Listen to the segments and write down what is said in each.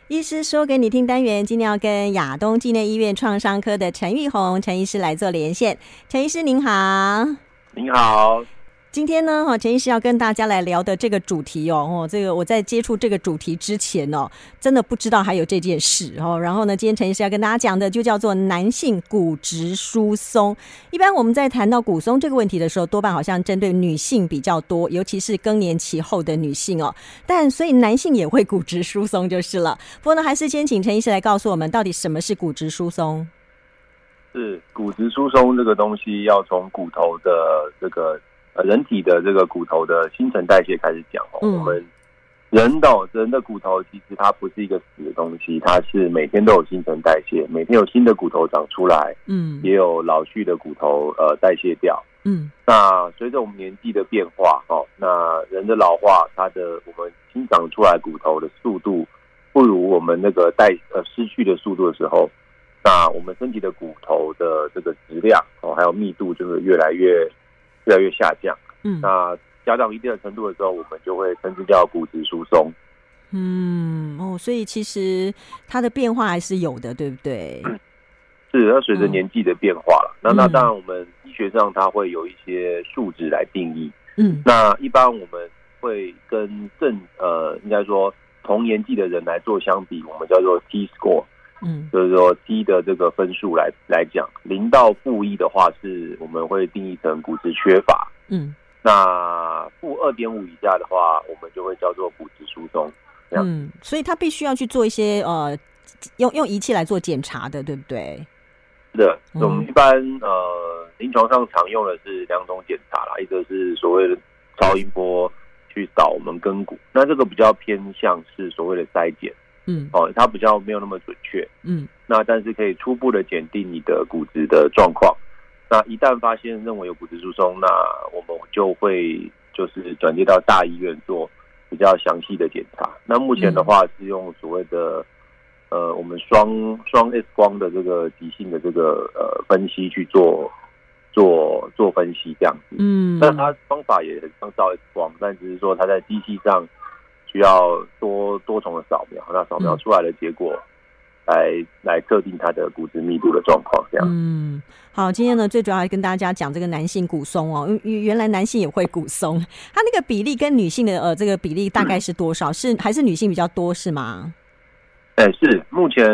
医师说给你听单元，今天要跟亚东纪念医院创伤科的陈玉红陈医师来做连线。陈医师您好。 您好。 今天呢，陈医师要跟大家来聊的这个主题这个我在接触这个主题之前真的不知道还有这件事然后呢，今天陈医师要跟大家讲的就叫做男性骨质疏松。一般我们在谈到骨松这个问题的时候，多半好像针对女性比较多，尤其是更年期后的女性但所以男性也会骨质疏松就是了。不过呢，还是先请陈医师来告诉我们，到底什么是骨质疏松？ 是骨质疏松这个东西，要从骨头的这个人体的这个骨头的新陈代谢开始讲我们人的骨头其实它不是一个死的东西，它是每天都有新陈代谢，每天有新的骨头长出来，也有老去的骨头代谢掉。那随着我们年纪的变化那人的老化，我们新长出来骨头的速度不如我们那个失去的速度的时候，那我们身体的骨头的这个质量还有密度就会越来越下降。那加到一定的程度的时候，我们就会称之叫骨质疏松。 所以其实它的变化还是有的，对不对？ 是，要随着年纪的变化了。那当然，我们医学上它会有一些数值来定义。那一般我们会跟应该说同年纪的人来做相比，我们叫做 T score。就是说 T 的这个分数来讲，0到-1的话，是我们会定义成骨质缺乏。那-2.5以下的话，我们就会叫做骨质疏松。 所以他必须要去做一些用仪器来做检查的，对不对？ 是的，我们一般临床上常用的是2种检查啦，一个是所谓的超音波去扫我们根骨，那这个比较偏向是所谓的筛检。它比较没有那么准确。那但是可以初步的检定你的骨质的状况。那一旦发现认为有骨质疏松，那我们就会就是转接到大医院做比较详细的检查。那目前的话是用所谓的我们双 X 光的这个急性的这个分析去做分析这样子。但它方法也很像照 X 光，但只是说它在机器上需要多重的扫描，那扫描出来的结果来测定它的骨质密度的状况这样。 好，今天呢最主要跟大家讲这个男性骨松原来男性也会骨松，它那个比例跟女性的这个比例大概是多少？是还是女性比较多是吗？ 是目前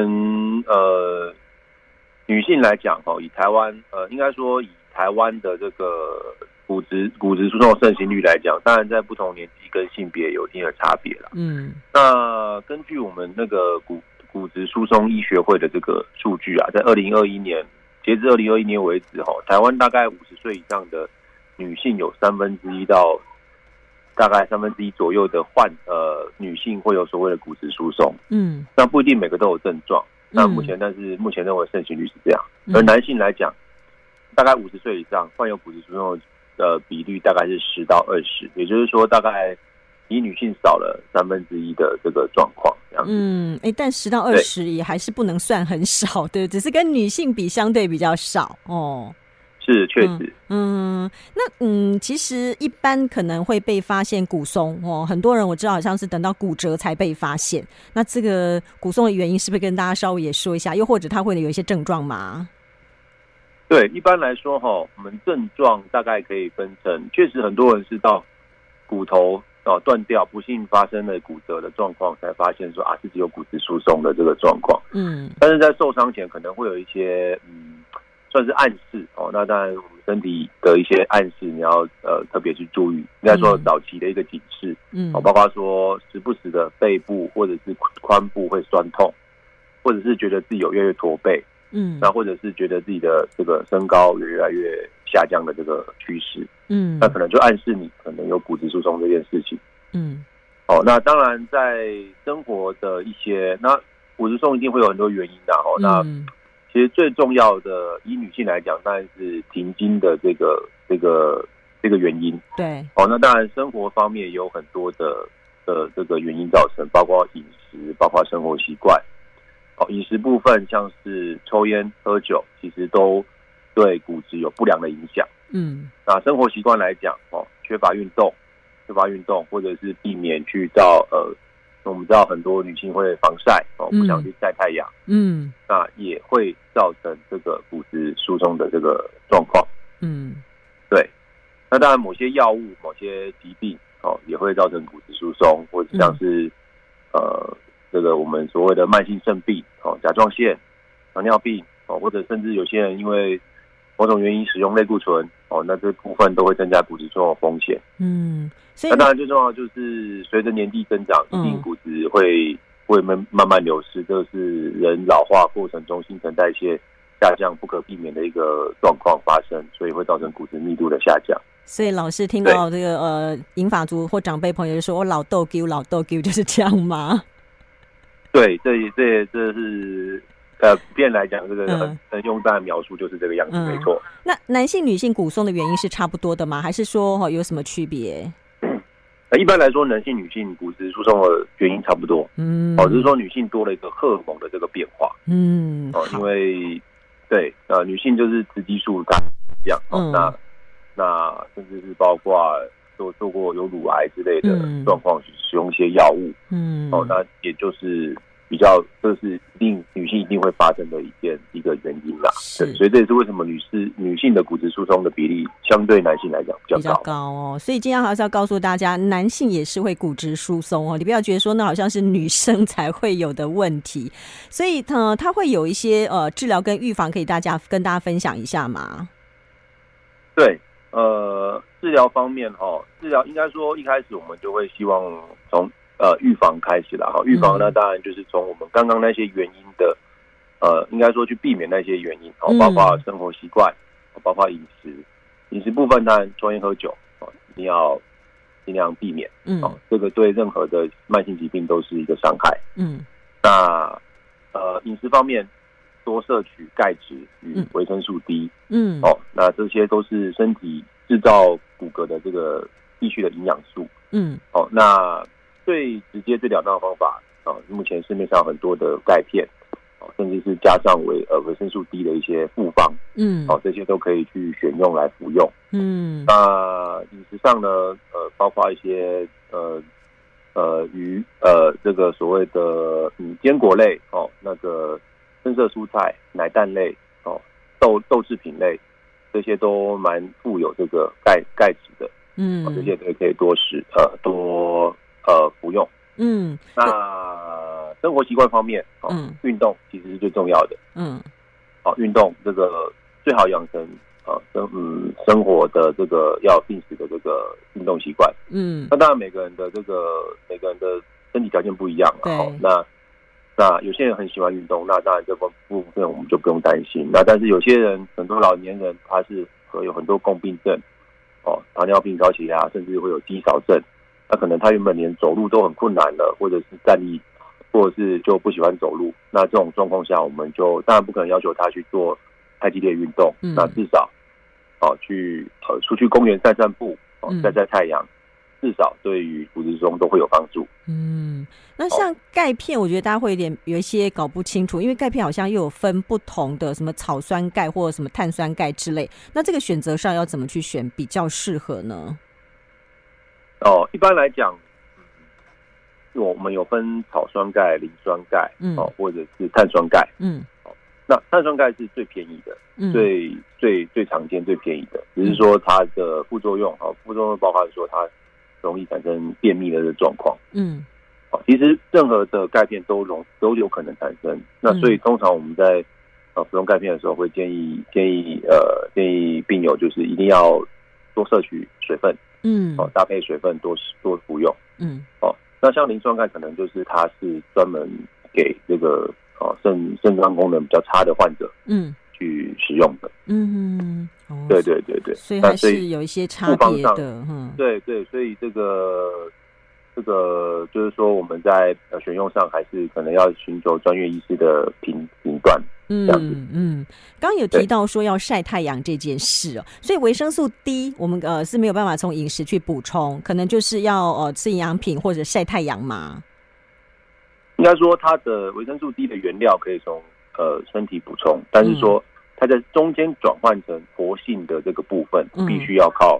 女性来讲以台湾应该说以台湾的这个骨质疏松的盛行率来讲，当然在不同年纪跟性别有一定的差别了。那根据我们那个骨质疏松医学会的这个数据在2021年截至2021年为止台湾大概50岁以上的女性有1/3到大概1/3左右的女性会有所谓的骨质疏松。那不一定每个都有症状。那但是目前认为盛行率是这样。而男性来讲，大概50岁以上患有骨质疏松的比率大概是10到20，也就是说大概比女性少了1/3的这个状况这样子。 但10到20也还是不能算很少，对，只是跟女性比相对比较少是，确实。 那其实一般可能会被发现骨松很多人我知道好像是等到骨折才被发现。那这个骨松的原因是不是跟大家稍微也说一下？又或者它会有一些症状吗？ 对，一般来说我们症状大概可以分成，确实很多人是到骨头断掉，不幸发生了骨折的状况，才发现说自己有骨质疏松的这个状况。但是在受伤前可能会有一些算是暗示那当然我们身体的一些暗示你要特别去注意，应该说早期的一个警示。包括说时不时的背部或者是髋部会酸痛，或者是觉得自己有越来越驼背。那或者是觉得自己的这个身高有越来越下降的这个趋势。那可能就暗示你可能有骨质疏松这件事情。那当然在生活的一些，那骨质疏松一定会有很多原因那其实最重要的以女性来讲，当然是停经的这个原因。 对。 那当然生活方面也有很多的这个原因造成，包括饮食，包括生活习惯。饮食部分像是抽烟喝酒，其实都对骨质有不良的影响。那生活习惯来讲缺乏运动，或者是避免去到我们知道很多女性会防晒不想去晒太阳，那也会造成这个骨质疏松的这个状况。对。那当然，某些药物、某些疾病也会造成骨质疏松，或者像是这个我们所谓的慢性肾病甲状腺、糖尿病或者甚至有些人因为某种原因使用类固醇那这部分都会增加骨质疏松的风险。 所以那当然最重要的就是随着年纪增长，一定骨质会慢慢流失，这是人老化过程中新陈代谢下降不可避免的一个状况发生，所以会造成骨质密度的下降。 所以老师听到这个银发族或长辈朋友就说我老豆丢就是这样吗？对， 这是普遍来讲，这个很用在描述就是这个样子，没错。 那男性、女性骨松的原因是差不多的吗？还是说有什么区别？ 一般来说，男性、女性骨质疏松的原因差不多。只是说女性多了一个荷尔蒙的这个变化。因为对女性就是雌激素大降，那甚至是包括做过有乳癌之类的状况，使用一些药物。那也就是比较，这是女性一定会发生的一个原因啦。对，所以这也是为什么女性的骨质疏松的比例相对男性来讲比较高所以今天还是要告诉大家，男性也是会骨质疏松你不要觉得说那好像是女生才会有的问题。所以它会有一些治疗跟预防可以跟大家分享一下吗？ 对，治疗方面治疗应该说一开始我们就会希望从预防开始啦。预防呢，当然就是从我们刚刚那些原因的应该说去避免那些原因包括生活习惯，包括饮食部分，当然抽烟喝酒一定要尽量避免。这个对任何的慢性疾病都是一个伤害。那饮食方面多摄取钙质与维生素 D。那这些都是身体制造骨骼的这个必须的营养素。那最直接、最了当的方法目前市面上很多的钙片甚至是加上维生素 D 的一些复方。这些都可以去选用来服用。那饮食上呢，包括一些鱼这个所谓的坚果类那个深色蔬菜、奶蛋类豆制品类，这些都蛮富有这个钙质的。这些可以多服用。那生活习惯方面运动其实是最重要的。运动这个最好养成生活的这个要定时的这个运动习惯。那当然每个人的身体条件不一样。那有些人很喜欢运动，那当然这部分我们就不用担心。那但是有些人，很多老年人他是有很多共病症糖尿病、高血压，甚至会有肌少症。那可能他原本连走路都很困难了，或者是站立，或者是就不喜欢走路。那这种状况下，我们就当然不可能要求他去做太激烈运动。那至少出去公园散散步，晒晒太阳，至少对于骨质疏松都会有帮助。 那像钙片，我觉得大家会有一些搞不清楚，因为钙片好像又有分不同的什么草酸钙或者什么碳酸钙之类，那这个选择上要怎么去选比较适合呢？ 一般来讲，我们有分草酸钙、磷酸钙，或者是碳酸钙。那碳酸钙是最便宜的，最常见、最便宜的，只是说它的副作用包括说它容易产生便秘的这个状况。其实任何的钙片都有可能产生。那所以通常我们在服用钙片的时候，会建议病友就是一定要多摄取水分。搭配水分多服用。那像磷酸钙可能就是它是专门给这个肾脏功能比较差的患者去使用的。对， 所以还是有一些差别的。 对，所以这个就是说我们在选用上还是可能要寻求专业医师的评断。 刚有提到说要晒太阳这件事所以维生素 D 我们是没有办法从饮食去补充，可能就是要吃营养品或者晒太阳嘛。 应该说它的维生素 D 的原料可以从身体补充，但是说它在中间转换成活性的这个部分必须要靠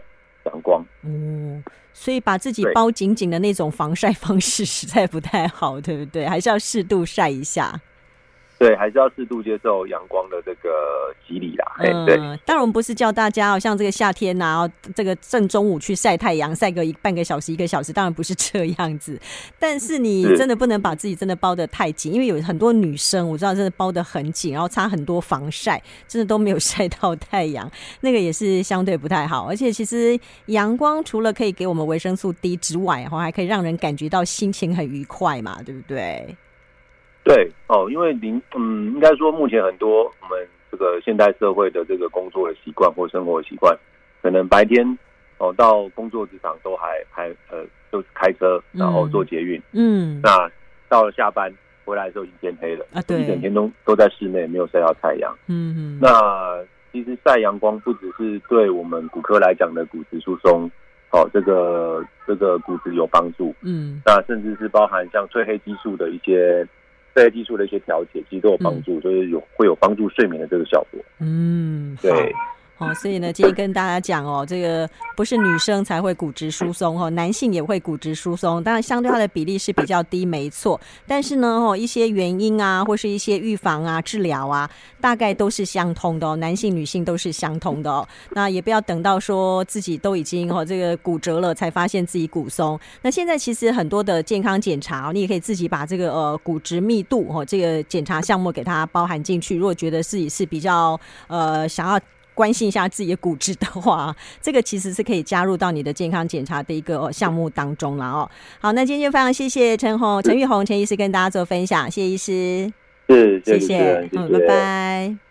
阳光。 所以把自己包紧紧的那种防晒方式实在不太好，对不对？还是要适度晒一下。 对，还是要适度接受阳光的这个洗礼啦。对， 当然我们不是叫大家像这个夏天啊，这个正中午去晒太阳，晒个半个小时、1个小时，当然不是这样子。但是你真的不能把自己真的包得太紧，因为有很多女生我知道真的包得很紧，然后擦很多防晒，真的都没有晒到太阳，那个也是相对不太好。而且其实阳光除了可以给我们维生素 D 之外，还可以让人感觉到心情很愉快嘛，对不对？ 对因为应该说目前很多我们这个现代社会的这个工作的习惯或生活的习惯，可能白天到工作职场都就是开车，然后坐捷运，那到了下班回来的时候已经天黑了啊，对，一整天都在室内，没有晒到太阳。那其实晒阳光不只是对我们骨科来讲的骨质疏松，这个骨质有帮助，那甚至是包含像褪黑激素的一些调节，其实都有帮助，就是会有帮助睡眠的这个效果。对。 所以呢，今天跟大家讲这个不是女生才会骨质疏松男性也会骨质疏松，当然相对它的比例是比较低，没错。但是呢，一些原因啊，或是一些预防啊、治疗啊，大概都是相通的男性、女性都是相通的那也不要等到说自己都已经这个骨折了，才发现自己骨松。那现在其实很多的健康检查你也可以自己把这个骨质密度这个检查项目给它包含进去。如果觉得自己是比较想要关心一下自己的骨质的话，这个其实是可以加入到你的健康检查的一个项目当中了好，那今天就非常谢谢陈玉红陈医师跟大家做分享，谢谢医师。 谢谢， 拜拜。